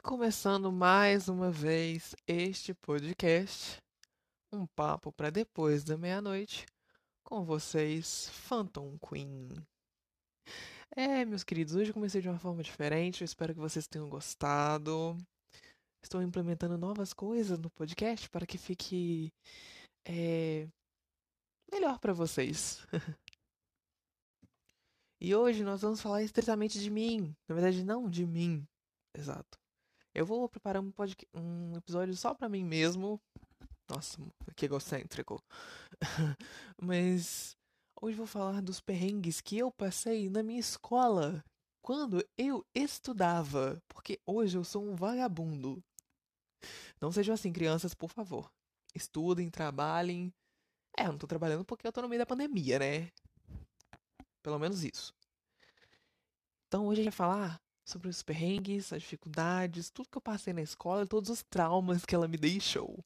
Começando mais uma vez este podcast, um papo para depois da meia-noite, com vocês, Phantom Queen. Meus queridos, hoje eu comecei de uma forma diferente, eu espero que vocês tenham gostado. Estou implementando novas coisas no podcast para que fique é, melhor para vocês. E hoje nós vamos falar estritamente de mim, na verdade não de mim, exato. Eu vou preparar um episódio só pra mim mesmo. Nossa, que egocêntrico. Mas hoje vou falar dos perrengues que eu passei na minha escola quando eu estudava. Porque hoje eu sou um vagabundo. Não sejam assim, crianças, por favor. Estudem, trabalhem. Eu não tô trabalhando porque eu tô no meio da pandemia, né? Pelo menos isso. Então hoje a gente vai falar sobre os perrengues, as dificuldades, tudo que eu passei na escola e todos os traumas que ela me deixou.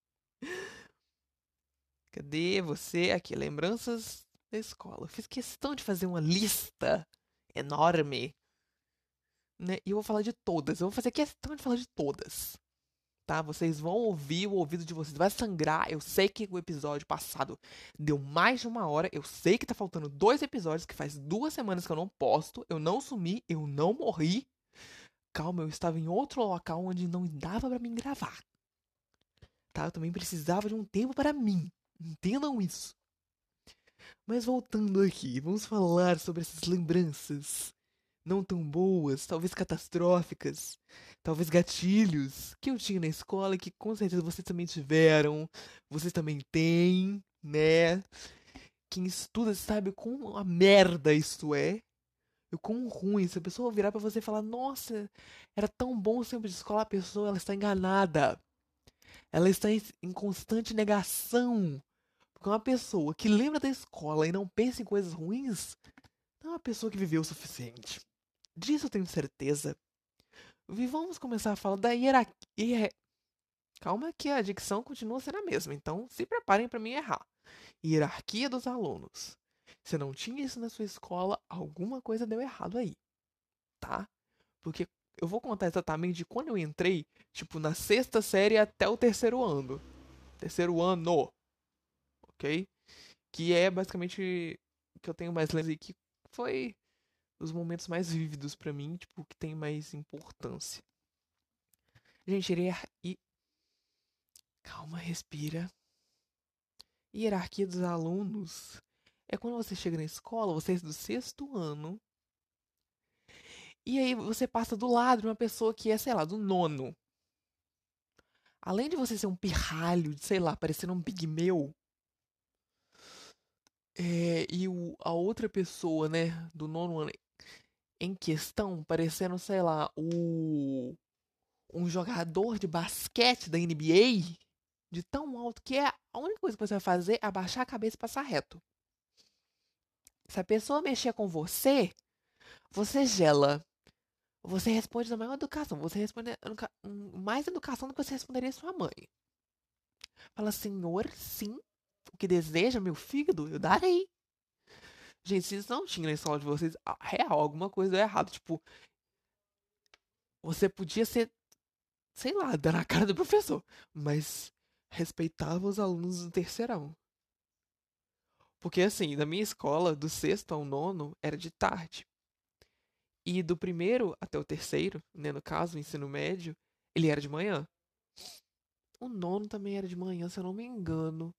Cadê você? Aqui, lembranças da escola. Eu fiz questão de fazer uma lista enorme, né? E eu vou falar de todas. Eu vou fazer questão de falar de todas, tá? Vocês vão ouvir, o ouvido de vocês vai sangrar. Eu sei que o episódio passado deu mais de uma hora. Eu sei que tá faltando 2 episódios, que faz 2 semanas que eu não posto. Eu não sumi, eu não morri. Calma, eu estava em outro local onde não dava pra mim gravar, tá? Eu também precisava de um tempo para mim. Entendam isso. Mas voltando aqui, vamos falar sobre essas lembranças não tão boas, talvez catastróficas, talvez gatilhos que eu tinha na escola e que com certeza vocês também tiveram, vocês também têm, né? Quem estuda sabe como a merda isso é. E o quão ruim, se a pessoa virar pra você e falar, nossa, era tão bom o tempo de escola, a pessoa ela está enganada. Ela está em constante negação. Porque uma pessoa que lembra da escola e não pensa em coisas ruins, não é uma pessoa que viveu o suficiente. Disso eu tenho certeza. E vamos começar a falar da hierarquia. Calma que a dicção continua sendo a mesma, então se preparem para mim errar. Hierarquia dos alunos. Se não tinha isso na sua escola, alguma coisa deu errado aí, tá? Porque eu vou contar exatamente de quando eu entrei, tipo, na sexta série até o terceiro ano. Terceiro ano, ok? Que é basicamente o que eu tenho mais lembrança e que foi os momentos mais vívidos pra mim, tipo, que tem mais importância. Gente, calma, respira. Hierarquia dos alunos é quando você chega na escola, você é do sexto ano, e aí você passa do lado de uma pessoa que é, sei lá, do nono. Além de você ser um pirralho, sei lá, parecendo um pigmeu, a outra pessoa, né, do nono ano em questão, parecendo, sei lá, um jogador de basquete da NBA, de tão alto que é a única coisa que você vai fazer é abaixar a cabeça e passar reto. Se a pessoa mexer com você, você gela. Você responde na maior educação. Você responde mais educação do que você responderia a sua mãe. Fala, senhor, sim, o que deseja, meu fígado, eu darei. Gente, se isso não tinha na escola de vocês, real, alguma coisa deu errado. Tipo, você podia ser, sei lá, dar na cara do professor, mas respeitava os alunos do terceirão. Porque assim, na minha escola, do sexto ao nono, era de tarde. E do primeiro até o terceiro, né, no caso, o ensino médio, ele era de manhã. O nono também era de manhã, se eu não me engano.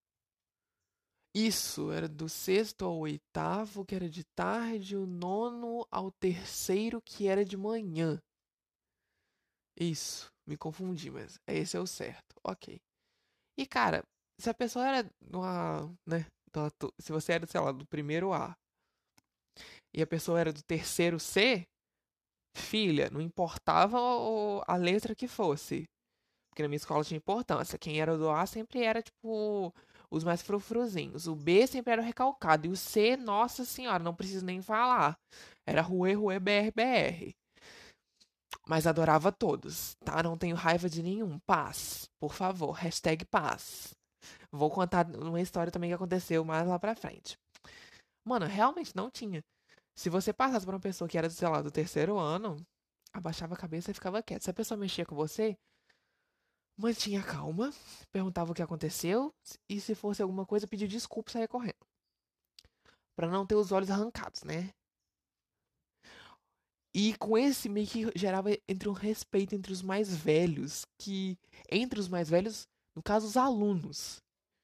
Isso, era do sexto ao oitavo, que era de tarde, o nono ao terceiro, que era de manhã. Isso, me confundi, mas esse é o certo. Ok. E cara, se a pessoa era né, se você era, sei lá, do primeiro A, e a pessoa era do terceiro C, filha, não importava a letra que fosse. Porque na minha escola tinha importância. Quem era do A sempre era, tipo, os mais frufruzinhos. O B sempre era o recalcado. E o C, nossa senhora, não preciso nem falar. Era Rue, Rue, BR, BR. Mas adorava todos, tá? Não tenho raiva de nenhum. Paz. Por favor. Hashtag paz. Vou contar uma história também que aconteceu mais lá pra frente. Mano, realmente não tinha. Se você passasse por uma pessoa que era, sei lá, do terceiro ano, abaixava a cabeça e ficava quieto. Se a pessoa mexia com você, mantinha calma, perguntava o que aconteceu e se fosse alguma coisa, pedia desculpa e saía correndo. Pra não ter os olhos arrancados, né? E com esse meio que gerava entre um respeito entre os mais velhos, que entre os mais velhos, no caso os alunos.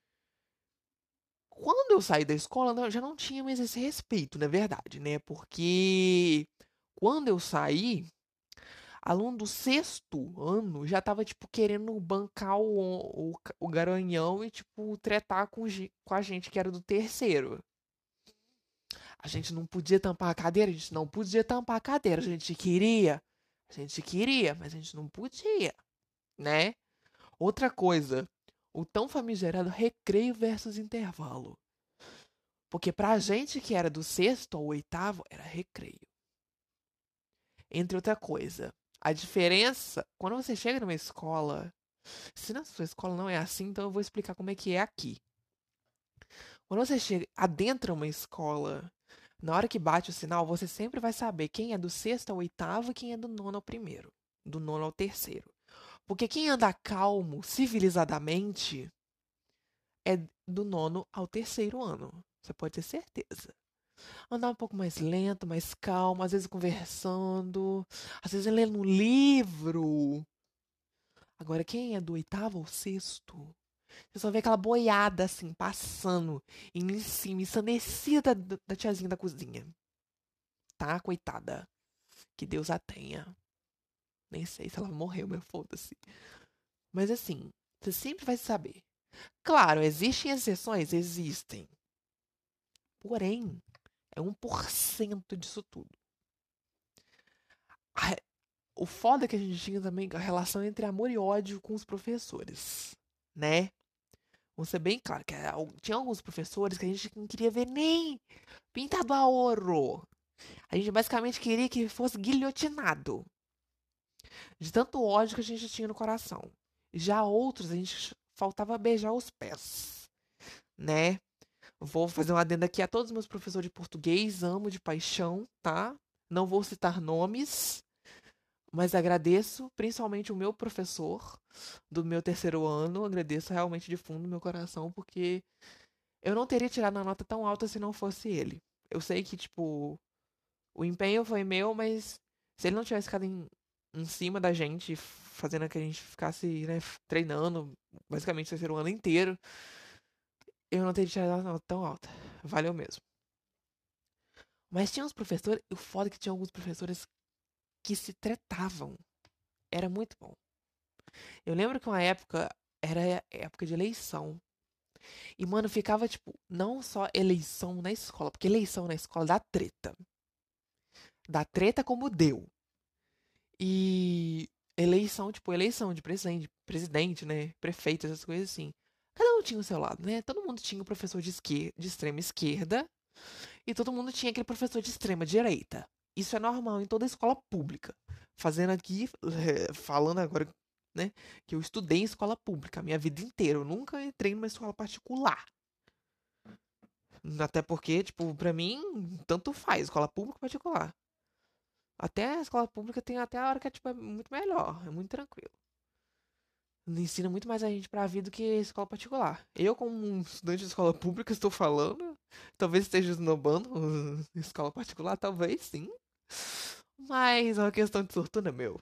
Quando eu saí da escola, eu já não tinha mais esse respeito, na verdade, né? Porque quando eu saí, aluno do sexto ano já tava, tipo, querendo bancar o garanhão e, tipo, tretar com a gente que era do terceiro. A gente não podia tampar a cadeira, a gente não podia tampar a cadeira. A gente queria, mas a gente não podia, né? Outra coisa, o tão famigerado recreio versus intervalo. Porque pra gente que era do sexto ao oitavo, era recreio. Entre outra coisa, a diferença, quando você chega numa escola, se na sua escola não é assim, então eu vou explicar como é que é aqui. Quando você chega, adentra uma escola, na hora que bate o sinal, você sempre vai saber quem é do sexto ao oitavo e quem é do nono ao primeiro, do nono ao terceiro. Porque quem anda calmo, civilizadamente, é do nono ao terceiro ano. Você pode ter certeza. Andar um pouco mais lento, mais calmo, às vezes conversando, às vezes lendo um livro. Agora, quem é do oitavo ao sexto, você só vê aquela boiada assim, passando em cima, ensandecida da tiazinha da cozinha. Tá? Coitada. Que Deus a tenha. Nem sei se ela morreu, mas foda-se. Mas assim, você sempre vai saber. Claro, existem exceções? Existem. Porém, é 1% disso tudo. A- O foda é que a gente tinha também a relação entre amor e ódio com os professores, né? Vamos ser bem claro, que tinha alguns professores que a gente não queria ver nem pintado a ouro. A gente basicamente queria que fosse guilhotinado. De tanto ódio que a gente tinha no coração. Já outros, a gente faltava beijar os pés, né? Vou fazer um adendo aqui a todos os meus professores de português, amo de paixão, tá? Não vou citar nomes, mas agradeço, principalmente o meu professor do meu terceiro ano, agradeço realmente de fundo do meu coração, porque eu não teria tirado uma nota tão alta se não fosse ele. Eu sei que, tipo, o empenho foi meu, mas se ele não tivesse ficado em cima da gente, fazendo que a gente ficasse, né, treinando basicamente o terceiro ano inteiro, eu não teria tirado uma nota tão alta. Valeu mesmo. Mas tinha uns professores, o foda é que tinha alguns professores que se tretavam. Era muito bom. Eu lembro que uma época era época de eleição. E, mano, ficava, tipo, não só eleição na escola, porque eleição na escola dá treta. Dá treta como deu. E eleição, tipo, eleição de presidente, né? Prefeito, essas coisas assim. Cada um tinha o seu lado, né? Todo mundo tinha o professor de extrema esquerda e todo mundo tinha aquele professor de extrema direita. Isso é normal em toda escola pública. Fazendo aqui, falando agora, né, que eu estudei em escola pública a minha vida inteira. Eu nunca entrei numa escola particular. Até porque, tipo, pra mim, tanto faz, escola pública ou particular. Até a escola pública tem até a hora que é, tipo, é muito melhor, é muito tranquilo. Ensina muito mais a gente pra vida do que a escola particular. Eu, como um estudante de escola pública, estou falando, talvez esteja esnobando escola particular, talvez sim. Mas é uma questão de fortuna, meu.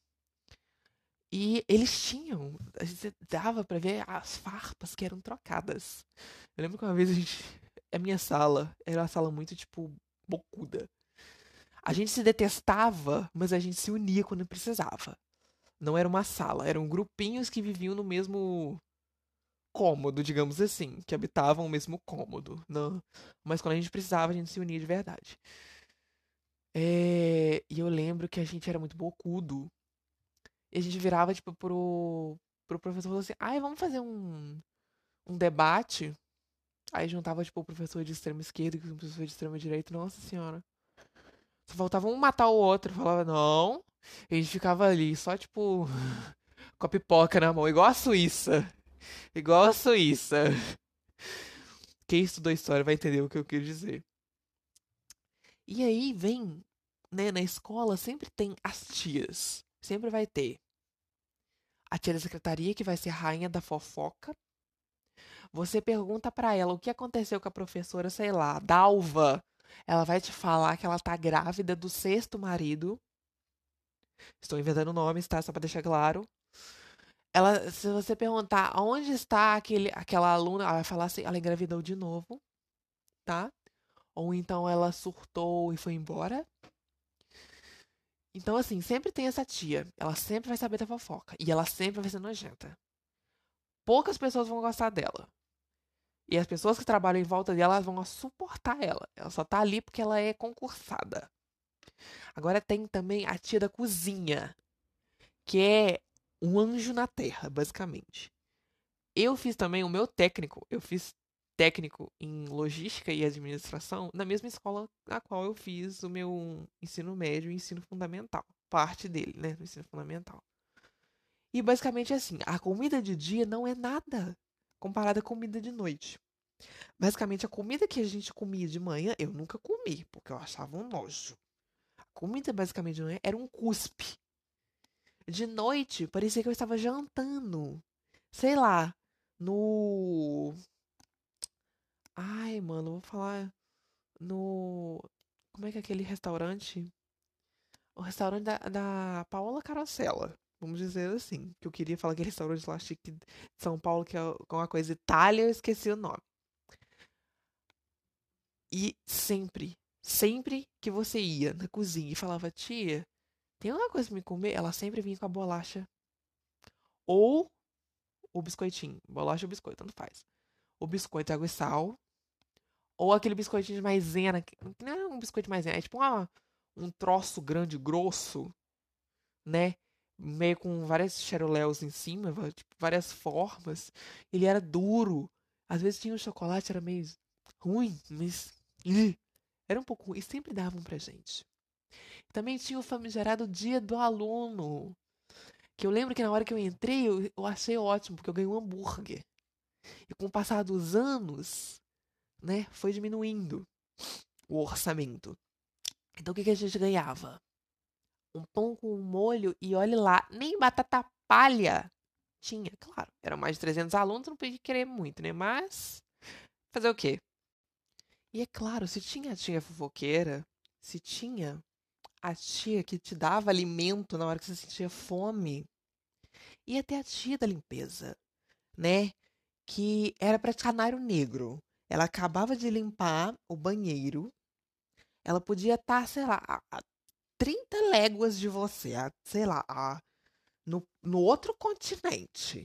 E eles tinham, a gente dava pra ver as farpas que eram trocadas. Eu lembro que uma vez a minha sala era uma sala muito, tipo, bocuda. A gente se detestava, mas a gente se unia quando precisava. Não era uma sala, eram grupinhos que viviam no mesmo cômodo, digamos assim, que habitavam o mesmo cômodo. Não. Mas quando a gente precisava, a gente se unia de verdade. E eu lembro que a gente era muito bocudo. E a gente virava, tipo, pro professor e falou assim: ai, vamos fazer um debate. Aí juntava, tipo, o professor de extrema esquerda com o professor de extrema direita. Nossa senhora. Só faltava um matar o outro. Falava, não. E a gente ficava ali, só, tipo, com a pipoca na mão, igual a Suíça. Igual a Suíça. Quem estudou história vai entender o que eu quis dizer. E aí vem né, na escola sempre tem as tias. Sempre vai ter. A tia da secretaria, que vai ser a rainha da fofoca. Você pergunta pra ela o que aconteceu com a professora, sei lá, Dalva. Ela vai te falar que ela tá grávida do sexto marido. Estou inventando nomes, tá? Só pra deixar claro. Ela, se você perguntar aonde está aquela aluna, ela vai falar assim, ela engravidou de novo, tá? Ou então ela surtou e foi embora. Então, assim, sempre tem essa tia. Ela sempre vai saber da fofoca. E ela sempre vai ser nojenta. Poucas pessoas vão gostar dela. E as pessoas que trabalham em volta dela vão suportar ela. Ela só tá ali porque ela é concursada. Agora tem também a tia da cozinha, que é um anjo na terra, basicamente. Eu fiz também o meu técnico. Eu fiz técnico em logística e administração na mesma escola na qual eu fiz o meu ensino médio e ensino fundamental. Parte dele, né? No ensino fundamental. E basicamente é assim: a comida de dia não é nada comparada à comida de noite. Basicamente, a comida que a gente comia de manhã, eu nunca comi, porque eu achava um nojo. A comida, basicamente, de manhã era um cuspe. De noite, parecia que eu estava jantando. Sei lá, no. Ai, mano, vou falar. No. Como é que é aquele restaurante? O restaurante da Paola Carosella. Vamos dizer assim. Que eu queria falar aquele restaurante lá chique de São Paulo, que é uma coisa Itália, eu esqueci o nome. E sempre que você ia na cozinha e falava, tia, tem alguma coisa pra me comer? Ela sempre vinha com a bolacha. Ou o biscoitinho. Bolacha ou biscoito, tanto faz. O biscoito água e sal. Ou aquele biscoitinho de maisena. Que não é um biscoito de maisena, é tipo um troço grande, grosso, né? Meio com várias xeroléus em cima, tipo, várias formas. Ele era duro. Às vezes tinha o chocolate, era meio ruim, mas. Era um pouco ruim. E sempre davam pra gente. Também tinha o famigerado Dia do Aluno. Que eu lembro que na hora que eu entrei, eu achei ótimo, porque eu ganhei um hambúrguer. E com o passar dos anos, né, foi diminuindo o orçamento. Então o que a gente ganhava? Um pão com molho e olhe lá, nem batata palha tinha, claro. Eram mais de 300 alunos, não podia querer muito, né? Mas fazer o quê? E é claro, se tinha a tia fofoqueira, se tinha a tia que te dava alimento na hora que você sentia fome, e até a tia da limpeza, né? Que era para canário negro. Ela acabava de limpar o banheiro. Ela podia estar, sei lá, a 30 léguas de você, sei lá, no outro continente.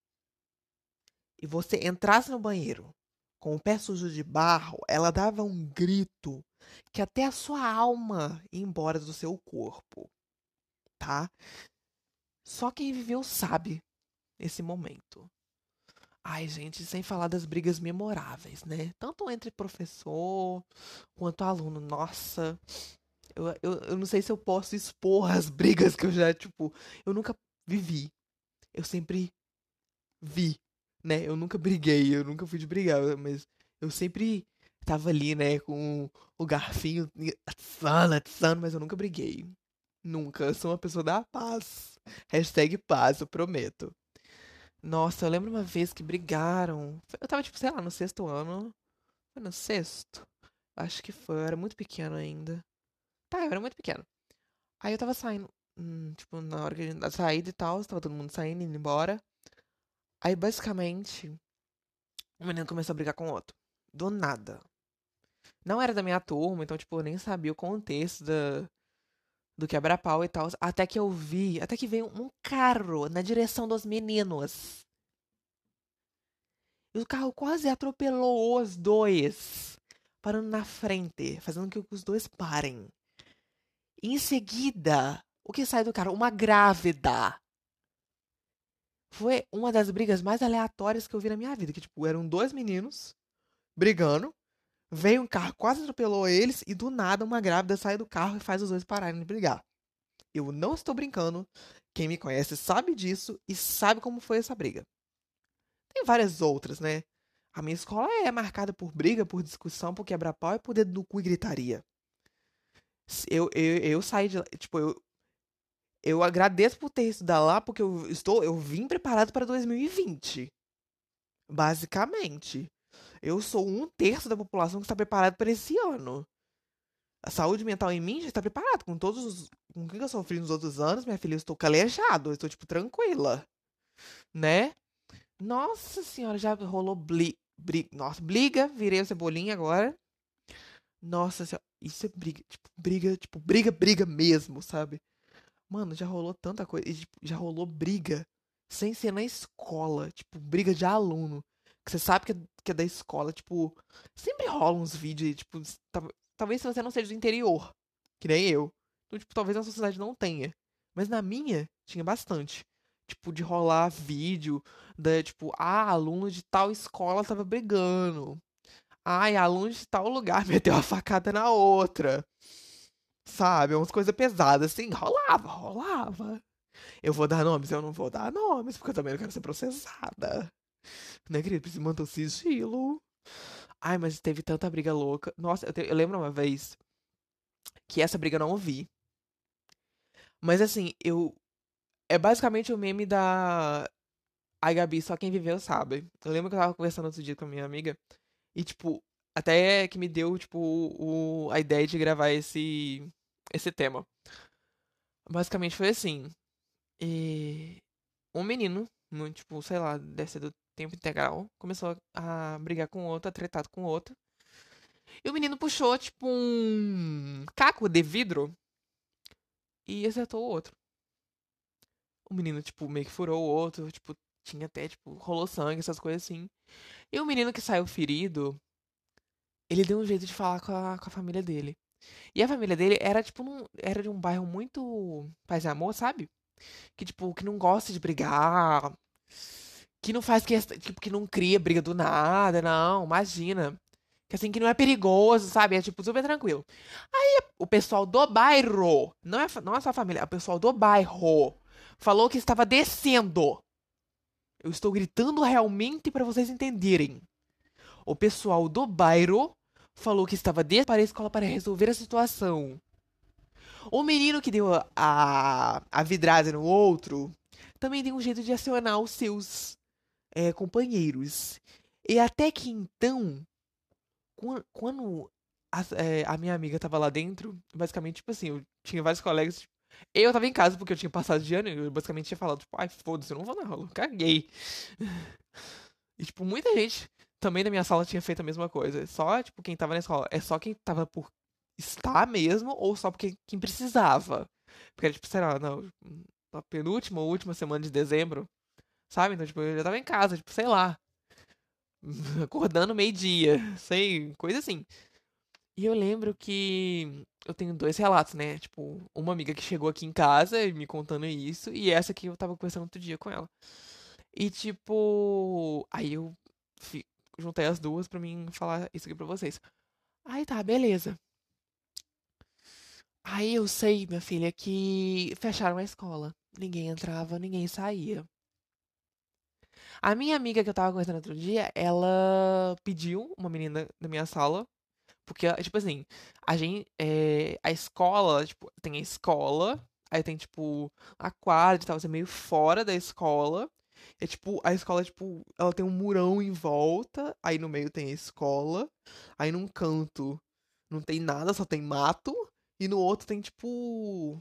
E você entrasse no banheiro com o pé sujo de barro, ela dava um grito que até a sua alma ia embora do seu corpo, tá? Só quem viveu sabe esse momento. Ai, gente, sem falar das brigas memoráveis, né? Tanto entre professor quanto aluno. Nossa, eu não sei se eu posso expor as brigas que eu já, tipo, eu nunca vivi. Eu sempre vi, né? Eu nunca briguei, eu nunca fui de brigar, mas eu sempre tava ali, né, com o garfinho atiçando, mas eu nunca briguei. Nunca. Eu sou uma pessoa da paz. Hashtag paz, eu prometo. Nossa, eu lembro uma vez que brigaram. Eu tava, tipo, sei lá, no sexto ano. Foi no sexto? Acho que foi. Eu era muito pequeno ainda. Tá, eu era muito pequeno. Aí eu tava saindo, tipo, na hora que a gente da saída e tal, tava todo mundo saindo, indo embora. Aí, basicamente, o menino começou a brigar com o outro. Do nada. Não era da minha turma, então, tipo, eu nem sabia o contexto do quebra-pau e tal. Até que veio um carro na direção dos meninos. E o carro quase atropelou os dois, parando na frente, fazendo com que os dois parem. E em seguida, o que sai do carro? Uma grávida. Foi uma das brigas mais aleatórias que eu vi na minha vida. Que, tipo, eram dois meninos brigando. Veio um carro, quase atropelou eles. E do nada, uma grávida sai do carro e faz os dois pararem de brigar. Eu não estou brincando. Quem me conhece sabe disso e sabe como foi essa briga. Tem várias outras, né? A minha escola é marcada por briga, por discussão, por quebra-pau e por dedo no cu e gritaria. Eu saí de lá, tipo, eu agradeço por ter estudado lá, porque eu vim preparado para 2020, basicamente. Eu sou um terço da população que está preparado para esse ano. A saúde mental em mim já está preparada. Com o que eu sofri nos outros anos, minha filha, eu estou calejado, eu estou, tipo, tranquila, né? Nossa senhora, já rolou nossa, briga, virei o Cebolinha agora. Nossa senhora, isso é briga, tipo, briga mesmo, sabe? Mano, já rolou tanta coisa. E, tipo, já rolou briga sem ser na escola. Tipo, briga de aluno. Que você sabe que é da escola. Tipo, sempre rola uns vídeos aí. Tipo, talvez se você não seja do interior, que nem eu. Então, tipo, talvez na sua cidade não tenha. Mas na minha, tinha bastante. Tipo, de rolar vídeo. Tipo, aluno de tal escola tava brigando. Ai, aluno de tal lugar meteu a facada na outra. Sabe? Umas coisas pesadas, assim. Rolava. Eu vou dar nomes? Eu não vou dar nomes, porque eu também não quero ser processada. Né, querido? Preciso manter o sigilo. Ai, mas teve tanta briga louca. Nossa, eu lembro uma vez que essa briga eu não ouvi. Mas assim, eu. É basicamente o meme da. Ai, Gabi, só quem viveu sabe. Eu lembro que eu tava conversando outro dia com a minha amiga. E, tipo, até que me deu, tipo, a ideia de gravar esse tema. Basicamente foi assim. E um menino, no, tipo, sei lá, deve ser do tempo integral, começou a brigar com o outro, a tretar com o outro. E o menino puxou, tipo, um caco de vidro e acertou o outro. O menino, tipo, meio que furou o outro, tipo, tinha até, tipo, rolou sangue, essas coisas assim. E o menino que saiu ferido, ele deu um jeito de falar com a família dele. E a família dele era, tipo, era de um bairro muito paz e amor, sabe? Que, tipo, que não gosta de brigar, que não faz questão, tipo, que não cria briga do nada, não, imagina. Que assim, que não é perigoso, sabe? É, tipo, super tranquilo. O pessoal do bairro, não é só a família, é o pessoal do bairro, falou que estava descendo. Eu estou gritando realmente para vocês entenderem. O pessoal do bairro falou que estava descendo para a escola para resolver a situação. O menino que deu a vidrada no outro também tem um jeito de acionar os seus companheiros. E até que então, quando a minha amiga tava lá dentro, basicamente, tipo assim, eu tinha vários colegas. Eu tava em casa porque eu tinha passado de ano e eu basicamente tinha falado, tipo, ai, foda-se, eu não vou na aula, caguei. E, tipo, muita gente também na minha sala tinha feito a mesma coisa. Só, tipo, quem tava na escola. É só quem tava por estar mesmo ou só porque quem precisava. Porque era, tipo, sei lá, não, na penúltima ou última semana de dezembro, sabe? Então, tipo, eu já tava em casa, tipo, sei lá, acordando meio-dia, sei, coisa assim. E eu lembro que eu tenho dois relatos, né? Tipo, uma amiga que chegou aqui em casa e me contando isso, e essa que eu tava conversando outro dia com ela. E tipo, aí eu fi- juntei as duas pra mim falar isso aqui pra vocês. Aí tá, beleza. Aí eu sei, minha filha, que fecharam a escola. Ninguém entrava, ninguém saía. A minha amiga que eu tava conversando outro dia, ela pediu uma menina da minha sala. Porque, tipo assim, a escola, tipo, tem a escola, aí tem, tipo, a quadra e tal, você é meio fora da escola. É tipo, a escola, tipo, ela tem um murão em volta, aí no meio tem a escola, aí num canto não tem nada, só tem mato, e no outro tem, tipo,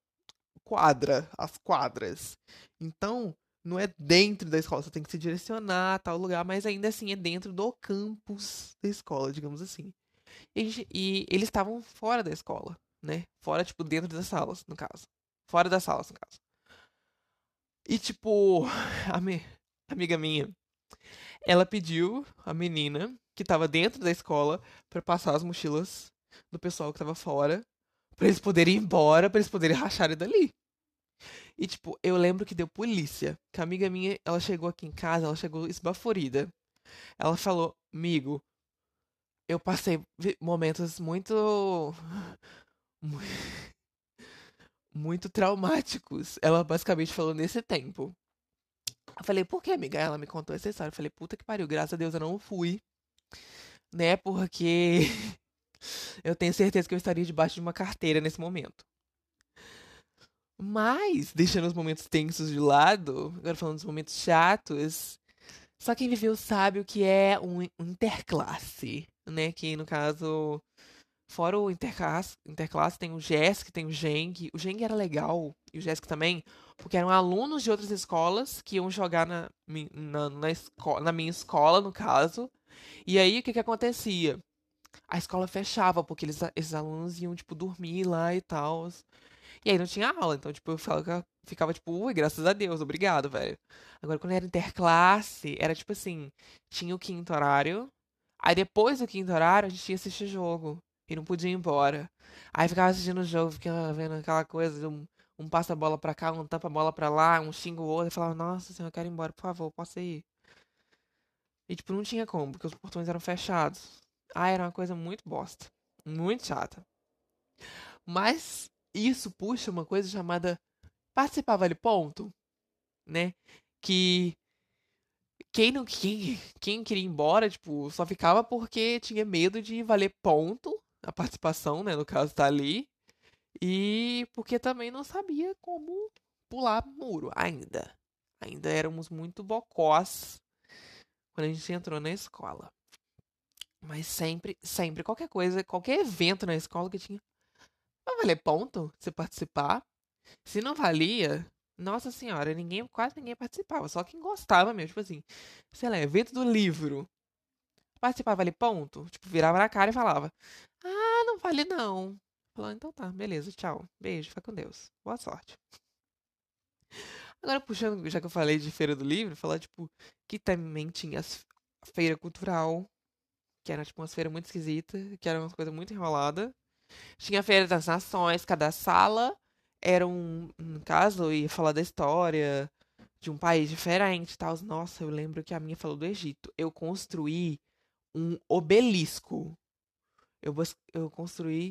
as quadras. Então, não é dentro da escola, você tem que se direcionar a tal lugar, mas ainda assim é dentro do campus da escola, digamos assim. E eles estavam fora da escola, né? Fora, tipo, dentro das salas, no caso. Fora das salas, no caso. E, tipo, a amiga minha, ela pediu a menina que tava dentro da escola pra passar as mochilas do pessoal que tava fora, pra eles poderem ir embora, pra eles poderem racharem dali. E, tipo, eu lembro que deu polícia. Que a amiga minha, ela chegou aqui em casa, ela chegou esbaforida. Ela falou, amigo, eu passei momentos mu- muito traumáticos. Ela basicamente falou nesse tempo. Eu falei, por que, amiga? Ela me contou essa história. Eu falei, puta que pariu, graças a Deus eu não fui, né? Porque Eu tenho certeza que eu estaria debaixo de uma carteira nesse momento. Mas, deixando os momentos tensos de lado, agora falando dos momentos chatos, só quem viveu sabe o que é um interclasse, né? Que no caso, fora o interclasse tem o GESC, tem o GENG. O GENG era legal, e o GESC também, porque eram alunos de outras escolas que iam jogar na minha escola, no caso. E aí, o que que acontecia? A escola fechava, porque esses alunos iam, tipo, dormir lá e tal. E aí não tinha aula, então, tipo, ficava tipo, ui, graças a Deus, obrigado, velho. Agora, quando era interclasse, era tipo assim, tinha o quinto horário, aí depois do quinto horário, a gente ia assistir jogo, e não podia ir embora. Aí ficava assistindo o jogo, ficava vendo aquela coisa, um passa a bola pra cá, um tampa a bola pra lá, um xinga o outro, e falava, nossa senhora, eu quero ir embora, por favor, posso ir? E, tipo, não tinha como, porque os portões eram fechados. Ah, era uma coisa muito bosta, muito chata. Mas isso puxa uma coisa chamada participar vale ponto, né? Que quem não quem queria ir embora, tipo, só ficava porque tinha medo de valer ponto a participação, né, no caso tá ali, e porque também não sabia como pular muro ainda. Ainda éramos muito bocós quando a gente entrou na escola. Mas sempre qualquer coisa, qualquer evento na escola que tinha, vai valer ponto você participar. Se não valia, nossa senhora, quase ninguém participava. Só quem gostava mesmo, tipo assim, sei lá, evento do livro. Participava ali, ponto. Tipo, virava na cara e falava: Ah, não vale não. Falou, então tá, beleza, tchau. Beijo, fica com Deus. Boa sorte. Agora, puxando, já que eu falei de Feira do Livro, falar, tipo, que também tinha a feira cultural, que era, tipo, umas feiras muito esquisitas, que era umas coisas muito enroladas. Tinha a Feira das Nações, cada sala era no caso, ia falar da história de um país diferente e tal. Nossa, eu lembro que a minha falou do Egito. Eu construí um obelisco. Eu construí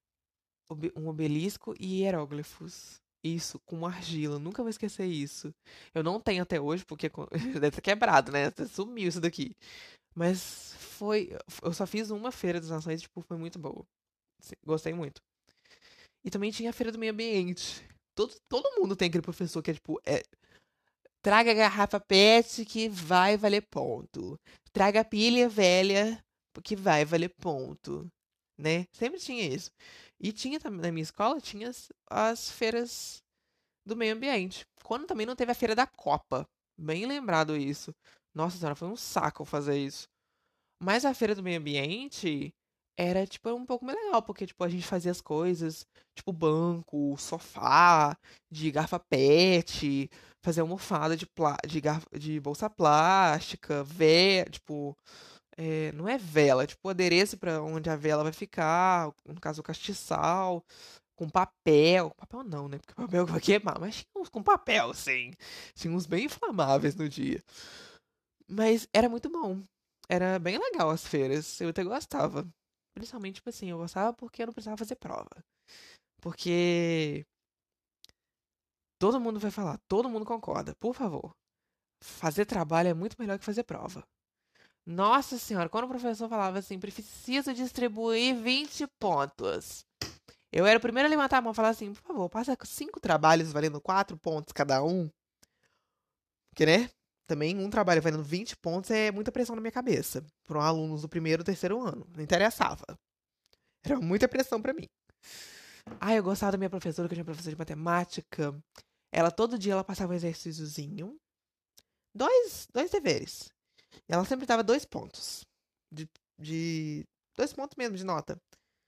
um obelisco e hieróglifos. Isso, com argila. Nunca vou esquecer isso. Eu não tenho até hoje, porque deve ter quebrado, né? Sumiu isso daqui. Mas foi. Eu só fiz uma Feira das Nações e, tipo, foi muito boa. Gostei muito. E também tinha a Feira do Meio Ambiente. Todo mundo tem aquele professor que é tipo, traga a garrafa PET que vai valer ponto. Traga a pilha velha que vai valer ponto. Né? Sempre tinha isso. E tinha também, na minha escola, tinha as feiras do meio ambiente. Quando também não teve a feira da Copa. Bem lembrado isso. Nossa senhora, foi um saco fazer isso. Mas a feira do meio ambiente era, tipo, um pouco mais legal, porque, tipo, a gente fazia as coisas, tipo, banco, sofá, de garrafa PET, fazer almofada de bolsa plástica, tipo, não é vela, é tipo adereço pra onde a vela vai ficar, no caso o castiçal, com papel. Papel não, né? Porque papel vai queimar, mas tinha uns com papel, sim. Tinha uns bem inflamáveis no dia. Mas era muito bom. Era bem legal as feiras. Eu até gostava. Principalmente, tipo assim, eu gostava porque eu não precisava fazer prova. Porque todo mundo vai falar, todo mundo concorda. Por favor, fazer trabalho é muito melhor que fazer prova. Nossa senhora, quando o professor falava assim, preciso distribuir 20 pontos. Eu era o primeiro a levantar a mão e falar assim, por favor, passa 5 trabalhos valendo 4 pontos cada um. Porque, né? Também um trabalho valendo 20 pontos é muita pressão na minha cabeça. Para um alunos do primeiro e terceiro ano. Não interessava. Era muita pressão pra mim. Ah, eu gostava da minha professora, que eu tinha professora de matemática. Ela, todo dia, ela passava um exercíciozinho. Dois deveres. Ela sempre dava 2 pontos. De, de 2 pontos mesmo de nota.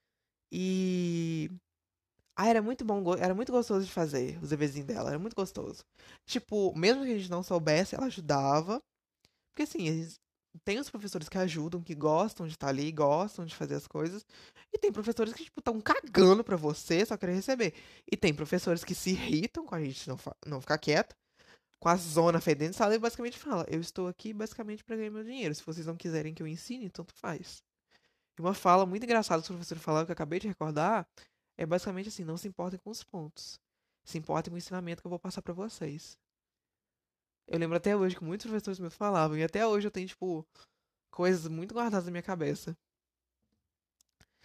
E. Ah, era muito bom, era muito gostoso de fazer os deverzinhos dela, era muito gostoso. Tipo, mesmo que a gente não soubesse, ela ajudava. Porque assim, tem os professores que ajudam, que gostam de estar ali, gostam de fazer as coisas. E tem professores que, tipo, estão cagando pra você, só querem receber. E tem professores que se irritam com a gente não ficar quieto, com a zona fedendo sala e basicamente fala: Eu estou aqui basicamente pra ganhar meu dinheiro. Se vocês não quiserem que eu ensine, tanto faz. E uma fala muito engraçada que o professor falava, que eu acabei de recordar, é basicamente assim: não se importem com os pontos. Se importem com o ensinamento que eu vou passar pra vocês. Eu lembro até hoje que muitos professores meus falavam, e até hoje eu tenho, tipo, coisas muito guardadas na minha cabeça.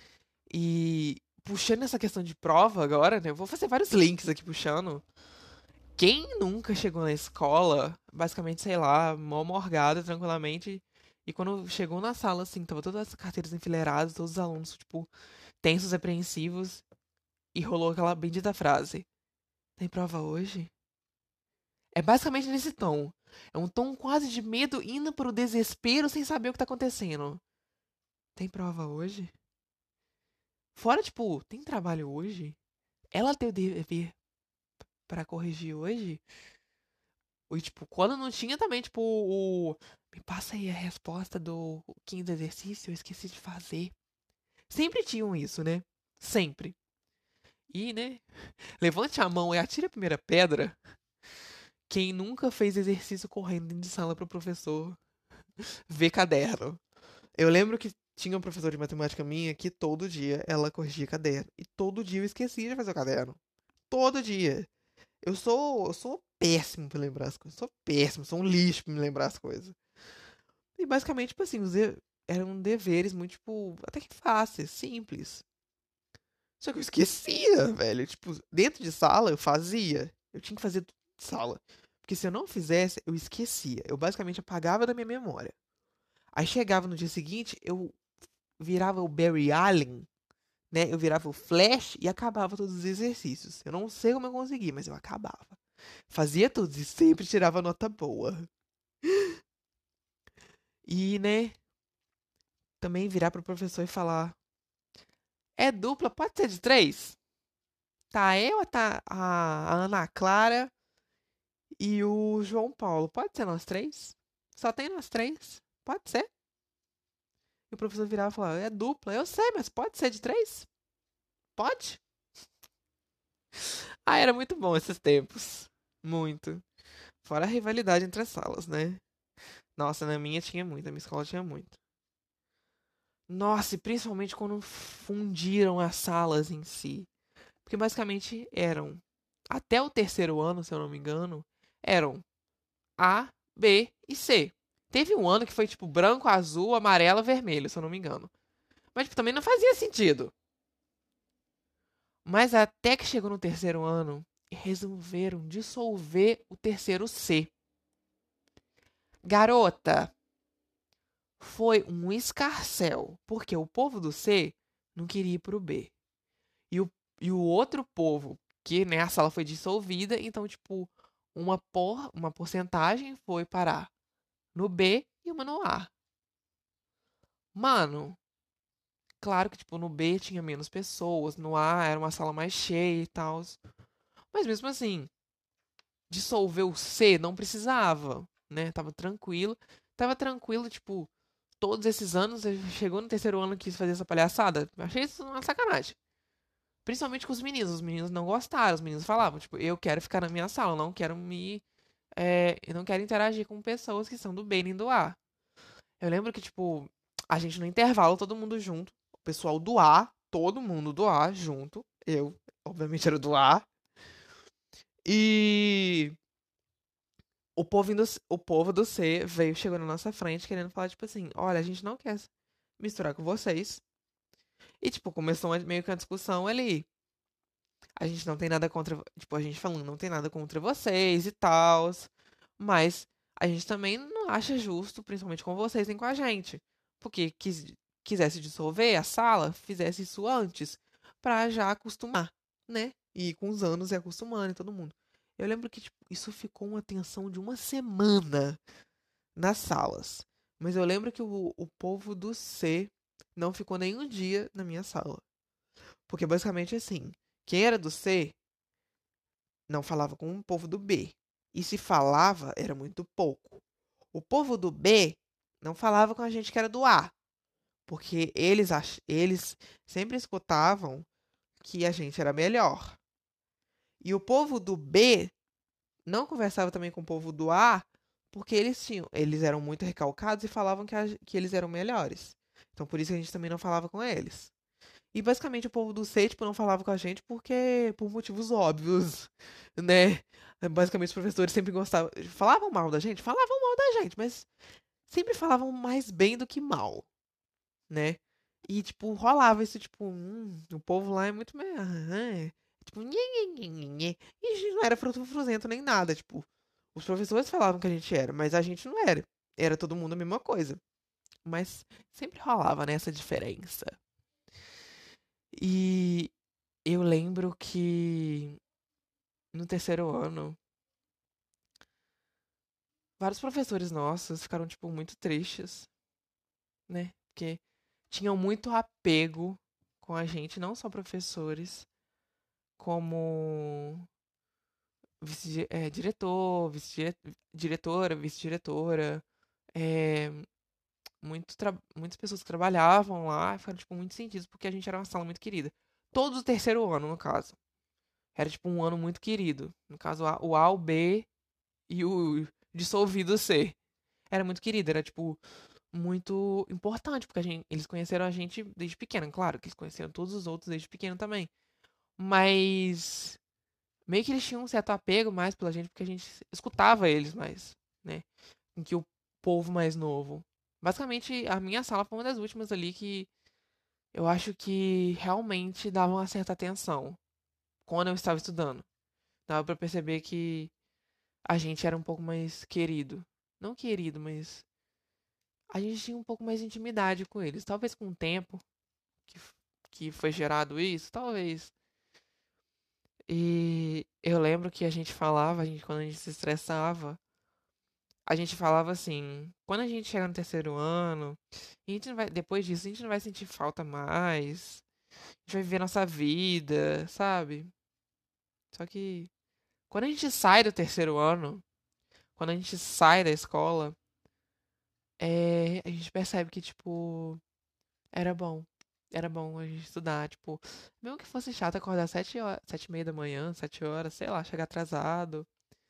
E puxando essa questão de prova agora, né? Eu vou fazer vários links aqui puxando. Quem nunca chegou na escola, basicamente, sei lá, mó morgada tranquilamente, e quando chegou na sala, assim, tava todas as carteiras enfileiradas, todos os alunos, tipo, tensos e apreensivos, e rolou aquela bendita frase: Tem prova hoje? É basicamente nesse tom. É um tom quase de medo indo pro desespero sem saber o que tá acontecendo. Tem prova hoje? Fora, tipo, tem trabalho hoje? Ela tem o dever pra corrigir hoje? E, tipo, quando não tinha também, tipo, me passa aí a resposta do quinto exercício, eu esqueci de fazer. Sempre tinham isso, né? Sempre. E, né? Levante a mão e atire a primeira pedra. Quem nunca fez exercício correndo dentro de sala pro professor ver caderno. Eu lembro que tinha uma professora de matemática minha que todo dia ela corrigia caderno. E todo dia eu esquecia de fazer o caderno. Todo dia. Eu sou péssimo pra lembrar as coisas. Sou péssimo, sou um lixo pra me lembrar as coisas. E basicamente, tipo assim, eram deveres muito, tipo, até que fáceis, simples. Só que eu esquecia, velho. Tipo, dentro de sala eu fazia. Eu tinha que fazer tudo de sala. Porque se eu não fizesse, eu esquecia. Eu basicamente apagava da minha memória. Aí chegava no dia seguinte, eu virava o Barry Allen, né? Eu virava o Flash e acabava todos os exercícios. Eu não sei como eu consegui, mas eu acabava. Fazia todos e sempre tirava nota boa. E, né, também virar pro professor e falar: É dupla, pode ser de três? Tá eu, tá a Ana Clara e o João Paulo. Pode ser nós três? Só tem nós três? Pode ser? E o professor virava e falava: É dupla. Eu sei, mas pode ser de três? Pode? Ah, era muito bom esses tempos. Muito. Fora a rivalidade entre as salas, né? Nossa, na minha tinha muito, na minha escola tinha muito. Nossa, e principalmente quando fundiram as salas em si. Porque basicamente eram, até o terceiro ano, se eu não me engano, eram A, B e C. Teve um ano que foi tipo branco, azul, amarelo, vermelho, se eu não me engano. Mas tipo, também não fazia sentido. Mas até que chegou no terceiro ano, resolveram dissolver o terceiro C. Garota, foi um escarcéu, porque o povo do C não queria ir pro B. E o, e o outro povo, que né, a sala foi dissolvida, então, tipo, uma porcentagem foi parar no B e uma no A. Mano, claro que, tipo, no B tinha menos pessoas, no A era uma sala mais cheia e tal. Mas mesmo assim, dissolver o C não precisava, né? Tava tranquilo. Tava tranquilo, tipo, todos esses anos, chegou no terceiro ano e quis fazer essa palhaçada. Eu achei isso uma sacanagem. Principalmente com os meninos. Os meninos não gostaram. Os meninos falavam, tipo, eu quero ficar na minha sala, eu não quero me. Eu não quero interagir com pessoas que são do B nem do A. Eu lembro que, tipo, a gente no intervalo, todo mundo junto. O pessoal do A, todo mundo do A junto. Eu, obviamente, era do A. E o povo do C veio, chegou na nossa frente querendo falar, tipo assim, olha, a gente não quer misturar com vocês. E, tipo, começou meio que uma discussão ali. A gente não tem nada contra. Tipo, a gente falando, não tem nada contra vocês e tal. Mas a gente também não acha justo, principalmente com vocês nem com a gente. Porque quisesse dissolver a sala, fizesse isso antes. Pra já acostumar, né? E com os anos e acostumando e todo mundo. Eu lembro que, tipo, isso ficou uma tensão de uma semana nas salas. Mas eu lembro que o povo do C não ficou nenhum dia na minha sala. Porque basicamente assim, quem era do C não falava com o povo do B. E se falava, era muito pouco. O povo do B não falava com a gente que era do A. Porque eles sempre escutavam que a gente era melhor. E o povo do B não conversava também com o povo do A, porque eles eram muito recalcados e falavam que eles eram melhores. Então por isso que a gente também não falava com eles. E basicamente o povo do C, tipo, não falava com a gente porque por motivos óbvios, né? Basicamente os professores sempre gostavam, falavam mal da gente, falavam mal da gente, mas sempre falavam mais bem do que mal, né? E, tipo, rolava isso, tipo, o povo lá é muito meio. Tipo, nhê. E a gente não era fruzento nem nada, tipo, os professores falavam que a gente era, mas a gente não era. Era todo mundo a mesma coisa. Mas sempre rolava, né, essa diferença. E eu lembro que no terceiro ano, vários professores nossos ficaram, tipo, muito tristes, né? Porque tinham muito apego com a gente, não só professores, como diretor, diretora, vice-diretora, é, muitas pessoas que trabalhavam lá ficaram, tipo, muito sentidos, porque a gente era uma sala muito querida. Todos o terceiro ano, no caso. Era, tipo, um ano muito querido. No caso, o A, o B e o dissolvido C. Era muito querido, era, tipo, muito importante, porque eles conheceram a gente desde pequeno. Claro que eles conheceram todos os outros desde pequeno também. Mas meio que eles tinham um certo apego mais pela gente, porque a gente escutava eles mais, né? Do que o povo mais novo. Basicamente, a minha sala foi uma das últimas ali que eu acho que realmente dava uma certa atenção quando eu estava estudando. Dava pra perceber que a gente era um pouco mais querido. Não querido, mas a gente tinha um pouco mais de intimidade com eles. Talvez com o tempo que, que foi gerado isso, talvez. E eu lembro que a gente falava, quando a gente se estressava, a gente falava assim, quando a gente chegar no terceiro ano, a gente não vai, depois disso, a gente não vai sentir falta mais. A gente vai viver nossa vida, sabe? Só que quando a gente sai do terceiro ano, quando a gente sai da escola, a gente percebe que, tipo, era bom. Era bom a gente estudar, tipo, mesmo que fosse chato acordar 7 horas, 7h30 da manhã, 7 horas, sei lá, chegar atrasado.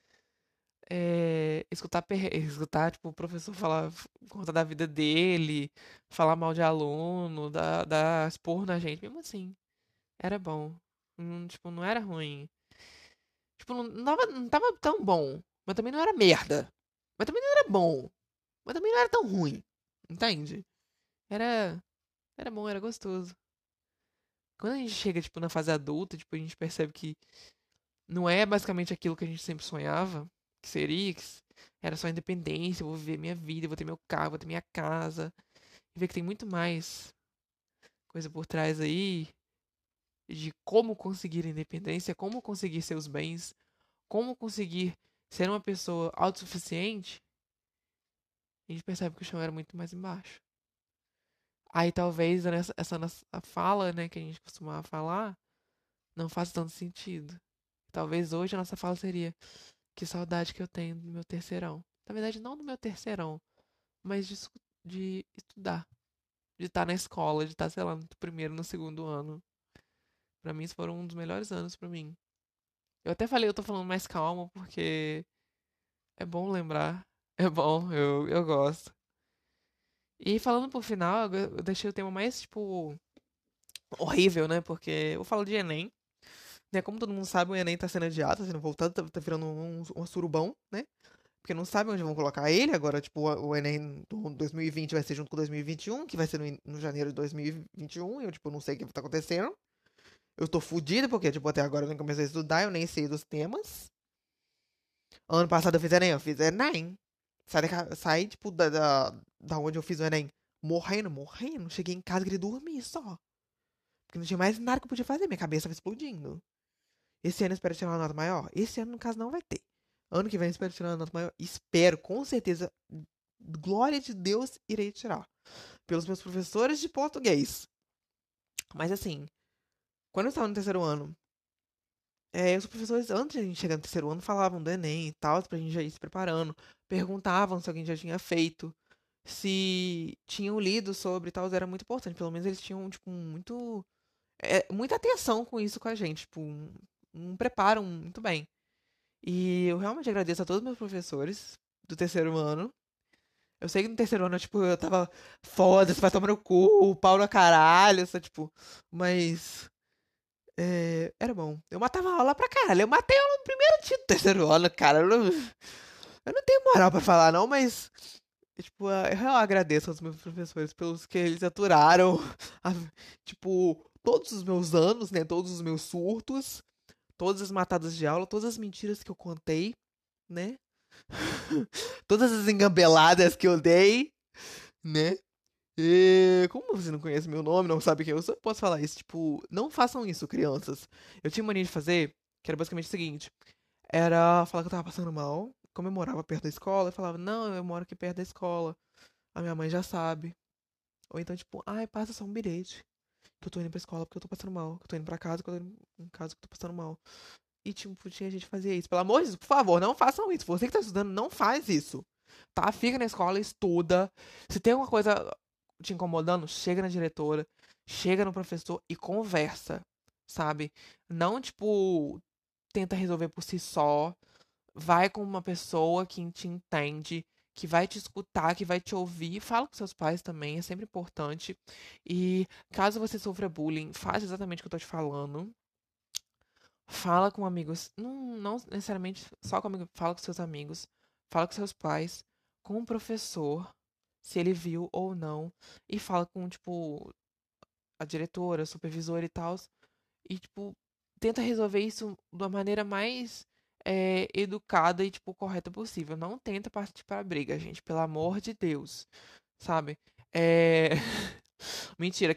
Escutar, tipo, o professor falar, contar da vida dele, falar mal de aluno, dar expor na gente, mesmo assim, era bom. Tipo, não era ruim. Tipo, não tava tão bom, mas também não era merda. Mas também não era bom, mas também não era tão ruim. Entende? Era, era bom, era gostoso. Quando a gente chega, tipo, na fase adulta, tipo, a gente percebe que não é basicamente aquilo que a gente sempre sonhava, que seria, era só independência, eu vou viver minha vida, eu vou ter meu carro, vou ter minha casa. E ver que tem muito mais coisa por trás aí de como conseguir independência, como conseguir seus bens, como conseguir ser uma pessoa autossuficiente, a gente percebe que o chão era muito mais embaixo. Aí talvez essa nossa fala, né, que a gente costumava falar, não faça tanto sentido. Talvez hoje a nossa fala seria: que saudade que eu tenho do meu terceirão. Na verdade, não do meu terceirão, mas de estudar. De estar na escola, de estar, sei lá, no primeiro, no segundo ano. Pra mim, isso foram um dos melhores anos pra mim. Eu até falei, eu tô falando mais calmo, porque é bom lembrar. É bom, eu gosto. E falando por final, eu deixei o tema mais, tipo, horrível, né? Porque eu falo de Enem, né? Como todo mundo sabe, o Enem tá sendo adiado, tá sendo voltado, tá virando um surubão, né? Porque não sabem onde vão colocar ele. Agora, tipo, o Enem do 2020 vai ser junto com o 2021, que vai ser no janeiro de 2021. E eu, tipo, não sei o que tá acontecendo. Eu tô fudido, porque, tipo, até agora eu nem comecei a estudar, eu nem sei dos temas. Ano passado eu fiz Enem, Saí, tipo, da onde eu fiz o Enem, morrendo. Cheguei em casa e queria dormir só. Porque não tinha mais nada que eu podia fazer, minha cabeça tava explodindo. Esse ano eu espero tirar uma nota maior. Esse ano, no caso, não vai ter. Ano que vem eu espero tirar uma nota maior. Espero, com certeza, glória de Deus, irei tirar. Pelos meus professores de português. Mas assim, quando eu estava no terceiro ano, os professores, antes de a gente chegar no terceiro ano, falavam do Enem e tal, pra gente já ir se preparando. Perguntavam se alguém já tinha feito, se tinham lido sobre e tal, era muito importante. Pelo menos eles tinham, tipo, muita atenção com isso com a gente, tipo, um preparo muito bem. E eu realmente agradeço a todos os meus professores do terceiro ano. Eu sei que no terceiro ano, tipo, eu tava foda, você vai tomar no cu, pau no caralho, só, tipo, mas. Era bom. Eu matava aula pra caralho. Eu matei aula no primeiro dia do terceiro ano, cara. Eu não tenho moral pra falar, não, mas. Tipo, eu agradeço aos meus professores pelos que eles aturaram, a- tipo, todos os meus anos, né? Todos os meus surtos, todas as matadas de aula, todas as mentiras que eu contei, né? Todas as engambeladas que eu dei, né? E como você não conhece meu nome, não sabe quem eu sou, eu posso falar isso. Tipo, não façam isso, crianças. Eu tinha mania de fazer, que era basicamente o seguinte: era falar que eu tava passando mal. Como eu morava perto da escola, eu falava, não, eu moro aqui perto da escola. A minha mãe já sabe. Ou então, tipo, ai, passa só um bilhete. Que eu tô indo pra escola porque eu tô passando mal. Que eu tô indo pra casa que eu tô indo em casa que eu tô passando mal. E, tipo, tinha gente que fazia isso. Pelo amor de Deus, por favor, não façam isso. Você que tá estudando, não faz isso. Tá? Fica na escola, estuda. Se tem alguma coisa te incomodando, chega na diretora, chega no professor e conversa. Sabe? Não, tipo, tenta resolver por si só. Vai com uma pessoa que te entende, que vai te escutar, que vai te ouvir. Fala com seus pais também, é sempre importante. E caso você sofra bullying, faz exatamente o que eu tô te falando. Fala com amigos, não necessariamente só com amigos, fala com seus amigos, fala com seus pais, com o professor, se ele viu ou não, e fala com, tipo, a diretora, a supervisora e tal, e, tipo, tenta resolver isso da maneira mais educada e, tipo, correta possível. Não tenta partir pra briga, gente, pelo amor de Deus, sabe? É... Mentira,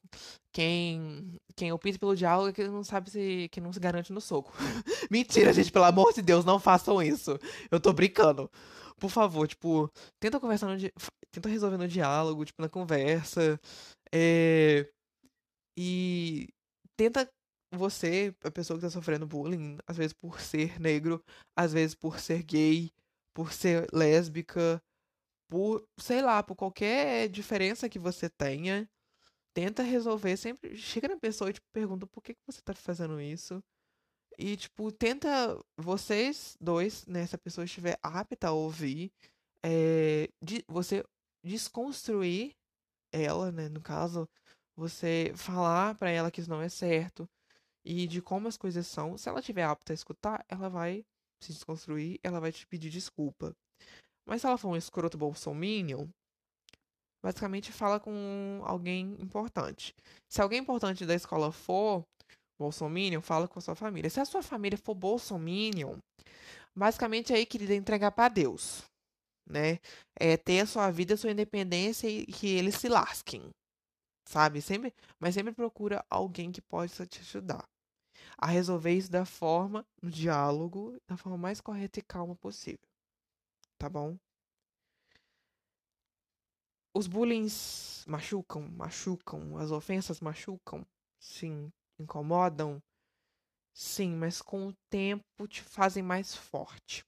quem opta pelo diálogo é que não sabe se, que não se garante no soco. Mentira, gente, pelo amor de Deus, não façam isso. Eu tô brincando. Por favor, tipo, tenta conversar tenta resolver no diálogo, tipo, na conversa. É, e tenta você, a pessoa que tá sofrendo bullying, às vezes por ser negro, às vezes por ser gay, por ser lésbica, por, sei lá, por qualquer diferença que você tenha, tenta resolver sempre. Chega na pessoa e te pergunta por que que você tá fazendo isso. E, tipo, tenta vocês dois, né, se a pessoa estiver apta a ouvir, você desconstruir ela, né, no caso, você falar pra ela que isso não é certo e de como as coisas são. Se ela estiver apta a escutar, ela vai se desconstruir, ela vai te pedir desculpa. Mas se ela for um escroto bolsominion, basicamente fala com alguém importante. Se alguém importante da escola for bolsominion, fala com a sua família. Se a sua família for bolsominion, basicamente aí, querida, é entregar pra Deus, né? É ter a sua vida, a sua independência e que eles se lasquem, sabe? Sempre, mas sempre procura alguém que possa te ajudar a resolver isso da forma, no diálogo, da forma mais correta e calma possível, tá bom? Os bullings machucam, machucam, as ofensas machucam, sim, incomodam, sim, mas com o tempo te fazem mais forte.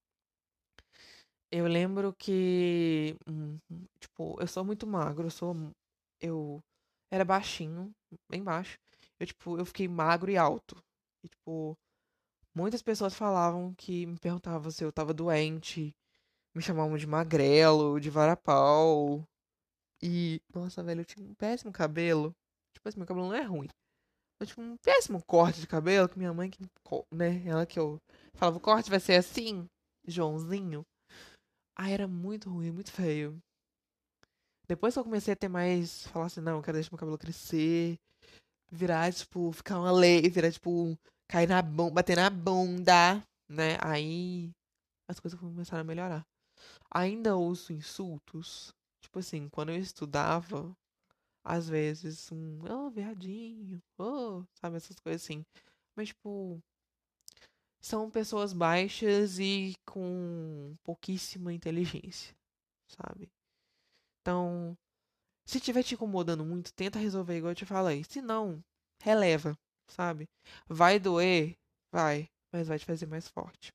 Eu lembro que, tipo, eu sou muito magro, eu era baixinho, bem baixo. Eu fiquei magro e alto. E, tipo, muitas pessoas falavam que me perguntavam se eu tava doente, me chamavam de magrelo, de varapau. E, nossa, velho, eu tinha um péssimo cabelo. Tipo assim, meu cabelo não é ruim. Eu tinha um péssimo corte de cabelo que minha mãe, né, ela que eu falava, o corte vai ser assim, Joãozinho. Ah, era muito ruim, muito feio. Depois que eu comecei a ter mais, falar assim, não, eu quero deixar meu cabelo crescer, virar, tipo, ficar uma lei, virar, tipo, cair na bunda, bater na bunda, né? Aí as coisas começaram a melhorar. Ainda ouço insultos, tipo assim, quando eu estudava, às vezes, viadinho, sabe, essas coisas assim. Mas, tipo, são pessoas baixas e com pouquíssima inteligência, sabe? Então, se tiver te incomodando muito, tenta resolver igual eu te falei. Se não, releva, sabe? Vai doer? Vai, mas vai te fazer mais forte.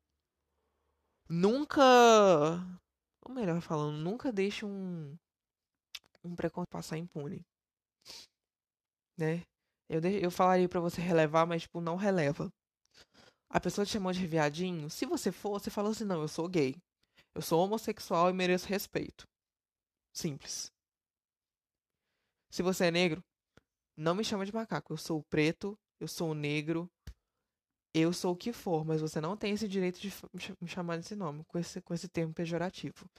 Nunca, ou melhor falando, nunca deixe um preconceito passar impune, né? Eu falaria pra você relevar, mas, tipo, não releva. A pessoa te chamou de viadinho, se você for, você fala assim, não, eu sou gay. Eu sou homossexual e mereço respeito. Simples. Se você é negro, não me chama de macaco. Eu sou preto, eu sou negro, eu sou o que for, mas você não tem esse direito de me chamar desse nome, com esse termo pejorativo.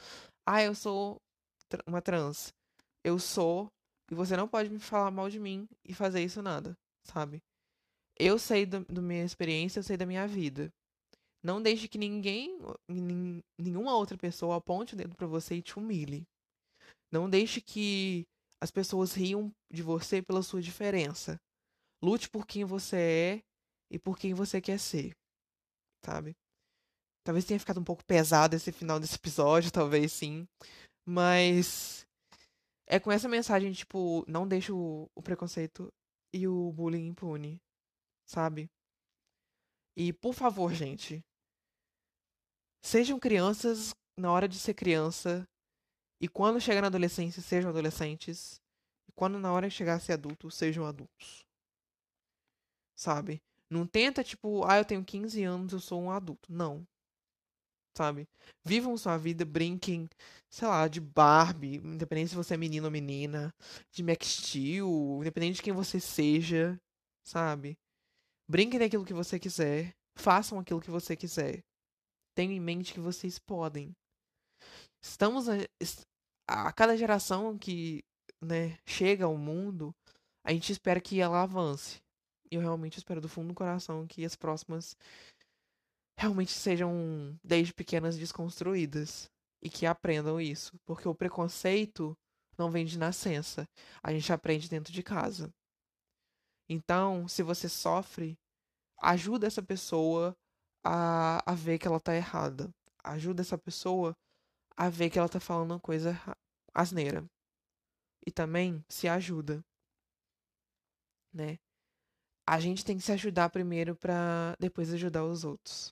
Ah, eu sou uma trans. Eu sou, e você não pode me falar mal de mim e fazer isso nada, sabe? Eu sei da minha experiência, eu sei da minha vida. Não deixe que nenhuma outra pessoa aponte o dedo pra você e te humilhe. Não deixe que as pessoas riam de você pela sua diferença. Lute por quem você é e por quem você quer ser, sabe? Talvez tenha ficado um pouco pesado esse final desse episódio, talvez sim. Mas é com essa mensagem, tipo, não deixe o preconceito e o bullying impune, sabe? E, por favor, gente, sejam crianças na hora de ser criança. E quando chegar na adolescência, sejam adolescentes. E quando na hora de chegar a ser adulto, sejam adultos. Sabe? Não tenta, tipo, eu tenho 15 anos, eu sou um adulto. Não, sabe? Vivam sua vida, brinquem, sei lá, de Barbie, independente se você é menino ou menina, de Max Steel, independente de quem você seja, sabe? Brinquem daquilo que você quiser, façam aquilo que você quiser. Tenham em mente que vocês podem. Estamos a cada geração que, né, chega ao mundo, a gente espera que ela avance. E eu realmente espero do fundo do coração que as próximas realmente sejam desde pequenas desconstruídas e que aprendam isso, porque o preconceito não vem de nascença, a gente aprende dentro de casa. Então, se você sofre, ajuda essa pessoa a ver que ela tá errada. Ajuda essa pessoa a ver que ela tá falando uma coisa asneira. E também se ajuda, né? A gente tem que se ajudar primeiro pra depois ajudar os outros.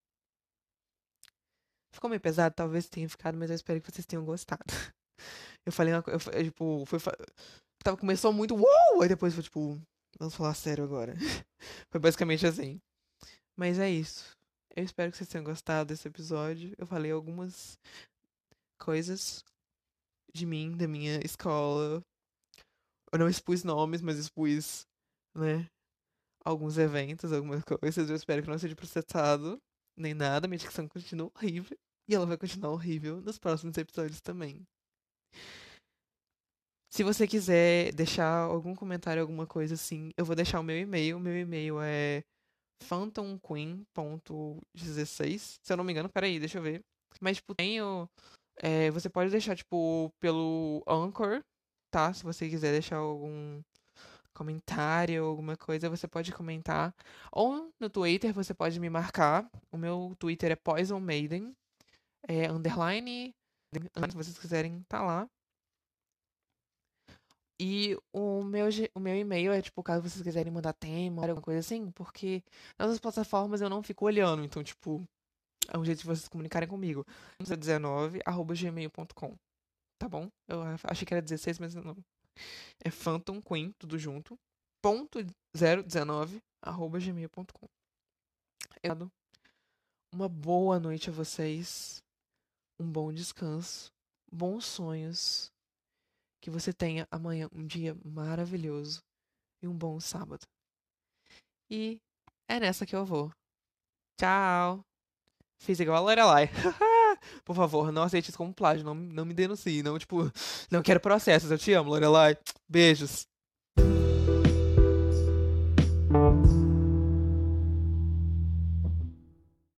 Ficou meio pesado? Talvez tenha ficado, mas eu espero que vocês tenham gostado. Eu falei uma coisa, tipo, começou muito, uou! Aí depois foi tipo, vamos falar sério agora. Foi basicamente assim. Mas é isso. Eu espero que vocês tenham gostado desse episódio. Eu falei algumas coisas de mim, da minha escola. Eu não expus nomes, mas expus, né, alguns eventos, algumas coisas. Eu espero que não seja processado, nem nada. Minha dicção continua horrível. E ela vai continuar horrível nos próximos episódios também. Se você quiser deixar algum comentário, alguma coisa assim, eu vou deixar o meu e-mail. O meu e-mail é phantomqueen.16. Se eu não me engano, peraí, deixa eu ver. Mas, tipo, você pode deixar, tipo, pelo Anchor, tá? Se você quiser deixar algum comentário, alguma coisa, você pode comentar. Ou no Twitter, você pode me marcar. O meu Twitter é Poison Maiden. Underline. Se vocês quiserem, tá lá. E o meu e-mail é, tipo, caso vocês quiserem mandar tema, alguma coisa assim, porque nas outras plataformas eu não fico olhando, então, tipo, é um jeito de vocês se comunicarem comigo. 19@gmail.com, tá bom? Eu achei que era 16, mas não. É Phantom Queen, tudo junto, ponto 019@gmail.com. Uma boa noite a vocês, um bom descanso, bons sonhos, que você tenha amanhã um dia maravilhoso e um bom sábado. E é nessa que eu vou. Tchau! Fiz igual a Lorelai. Por favor, não aceite isso como plágio. Não me denuncie. Não, tipo, não quero processos. Eu te amo, Lorelai. Beijos.